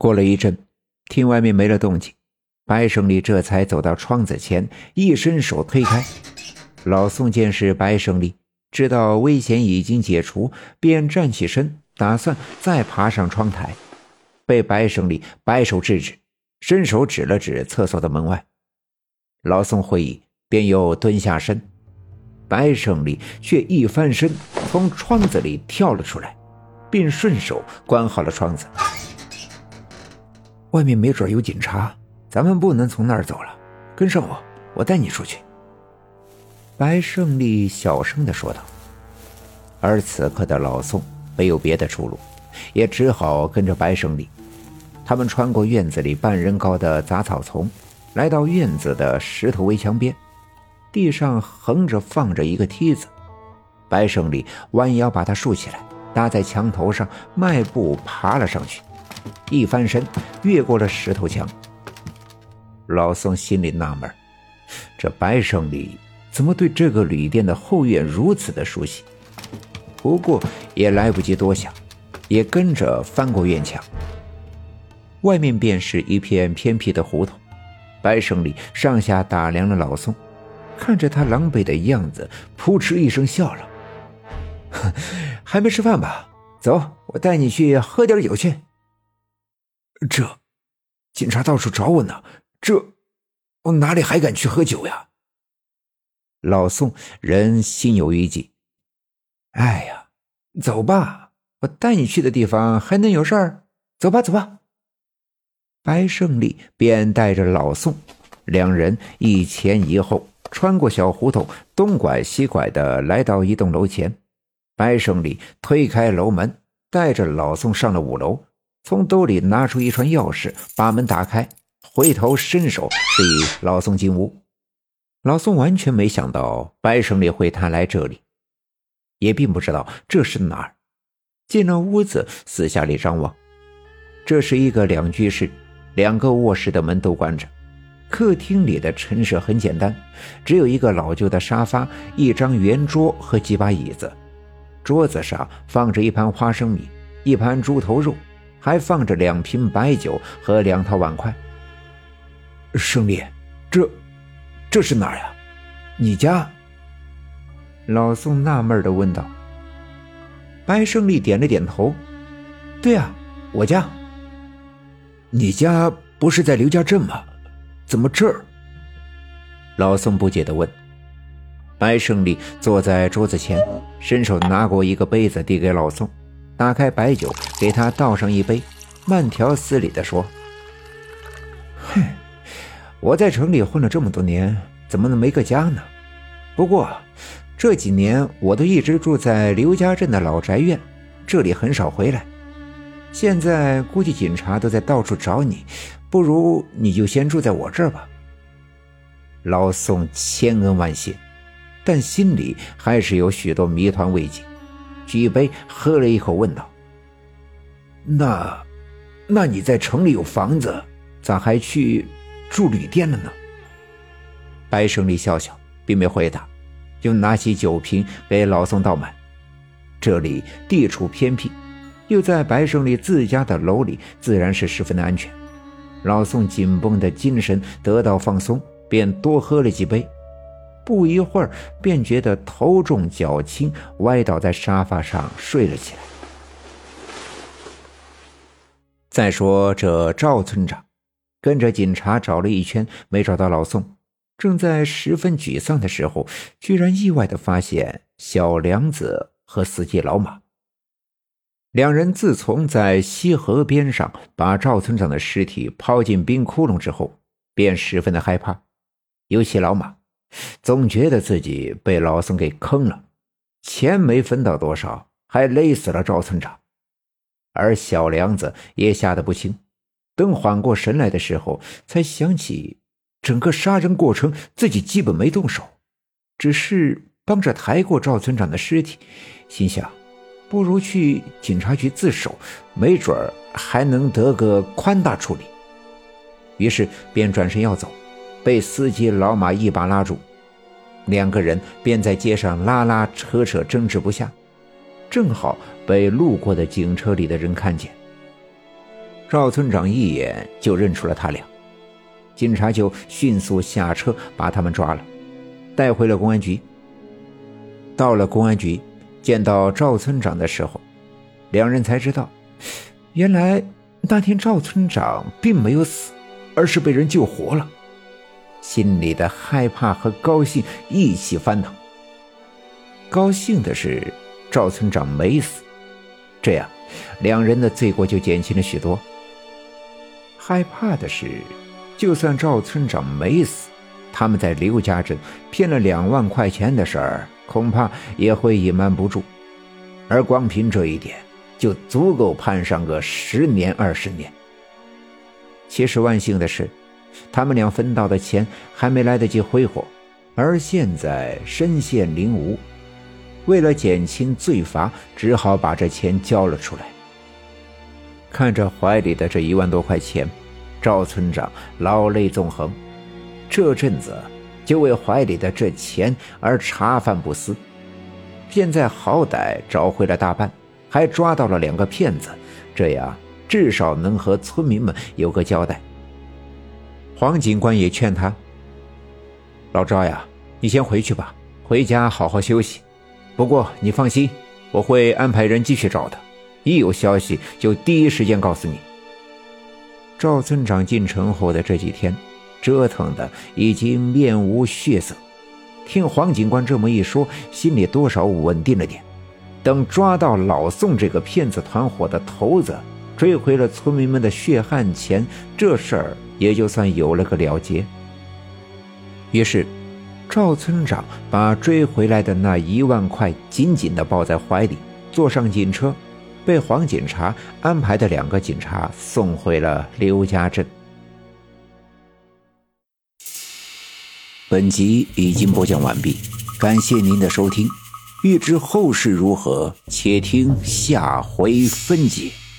过了一阵，听外面没了动静，白胜利这才走到窗子前，一伸手推开。老宋见是白胜利，知道危险已经解除，便站起身，打算再爬上窗台，被白胜利摆手制止，伸手指了指厕所的门外。老宋会意，便又蹲下身，白胜利却一翻身从窗子里跳了出来，并顺手关好了窗子。外面没准有警察，咱们不能从那儿走了，跟上我，我带你出去。白胜利小声地说道。而此刻的老宋没有别的出路，也只好跟着白胜利。他们穿过院子里半人高的杂草丛，来到院子的石头围墙边，地上横着放着一个梯子。白胜利弯腰把它竖起来，搭在墙头上，迈步爬了上去，一翻身越过了石头墙。老宋心里纳闷，这白胜利怎么对这个旅店的后院如此的熟悉？不过也来不及多想，也跟着翻过院墙。外面便是一片偏僻的胡同。白胜利上下打量了老宋，看着他狼狈的样子，扑哧一声笑了。还没吃饭吧？走，我带你去喝点酒去。这警察到处找我呢，我哪里还敢去喝酒呀？老宋人心有余悸。哎呀，走吧，我带你去的地方还能有事儿？走吧走吧。白胜利便带着老宋，两人一前一后穿过小胡同，东拐西拐的来到一栋楼前。白胜利推开楼门，带着老宋上了5楼，从兜里拿出一串钥匙，把门打开，回头伸手示意老宋进屋。老宋完全没想到白胜利会他来这里，也并不知道这是哪儿。进了屋子，四下里张望，这是一个2居室，2个卧室的门都关着。客厅里的陈设很简单，只有一个老旧的沙发，一张圆桌和几把椅子。桌子上放着一盘花生米，一盘猪头肉，还放着2瓶白酒和2套碗筷。胜利，这是哪儿呀？你家？老宋纳闷地问道。白胜利点了点头，对啊，我家。你家不是在刘家镇吗？怎么这儿？老宋不解地问。白胜利坐在桌子前，伸手拿过一个杯子递给老宋，打开白酒给他倒上一杯，慢条斯理地说：哼，我在城里混了这么多年，怎么能没个家呢？不过这几年我都一直住在刘家镇的老宅院，这里很少回来。现在估计警察都在到处找你，不如你就先住在我这儿吧。老宋千恩万谢，但心里还是有许多谜团未解，举杯喝了一口问道：那你在城里有房子，咋还去住旅店了呢？白胜利笑笑，并没回答，又拿起酒瓶给老宋倒满。这里地处偏僻，又在白胜利自家的楼里，自然是十分的安全。老宋紧绷的精神得到放松，便多喝了几杯，不一会儿便觉得头重脚轻，歪倒在沙发上睡了起来。再说这赵村长跟着警察找了一圈，没找到老宋，正在十分沮丧的时候，居然意外地发现小梁子和司机老马。两人自从在西河边上把赵村长的尸体抛进冰窟窿之后，便十分的害怕，尤其老马总觉得自己被老宋给坑了，钱没分到多少，还勒死了赵村长。而小梁子也吓得不轻，等缓过神来的时候，才想起整个杀人过程自己基本没动手，只是帮着抬过赵村长的尸体，心想不如去警察局自首，没准还能得个宽大处理。于是便转身要走，被司机老马一把拉住，两个人便在街上拉拉扯扯，争执不下，正好被路过的警车里的人看见。 赵村长一眼就认出了他俩，警察就迅速下车把他们抓了，带回了公安局。到了公安局，见到赵村长的时候，两人才知道，原来那天赵村长并没有死，而是被人救活了。心里的害怕和高兴一起翻腾。高兴的是赵村长没死，这样两人的罪过就减轻了许多。害怕的是，就算赵村长没死，他们在刘家镇骗了2万块钱的事儿，恐怕也会隐瞒不住，而光凭这一点就足够判上个10年20年。其实万幸的是，他们俩分到的钱还没来得及挥霍，而现在身陷囹圄，为了减轻罪罚，只好把这钱交了出来。看着怀里的这1万多块钱，赵村长老泪纵横，这阵子就为怀里的这钱而茶饭不思。现在好歹找回了大半，还抓到了2个骗子，这样至少能和村民们有个交代。黄警官也劝他，老赵呀，你先回去吧，回家好好休息。不过你放心，我会安排人继续找的，一有消息就第一时间告诉你。赵村长进城后的这几天，折腾的已经面无血色，听黄警官这么一说，心里多少稳定了点。等抓到老宋这个骗子团伙的头子，追回了村民们的血汗钱，这事儿也就算有了个了结。于是赵村长把追回来的那1万块紧紧地抱在怀里，坐上警车，被黄警察安排的2个警察送回了刘家镇。本集已经播讲完毕，感谢您的收听。欲知后事如何，且听下回分解。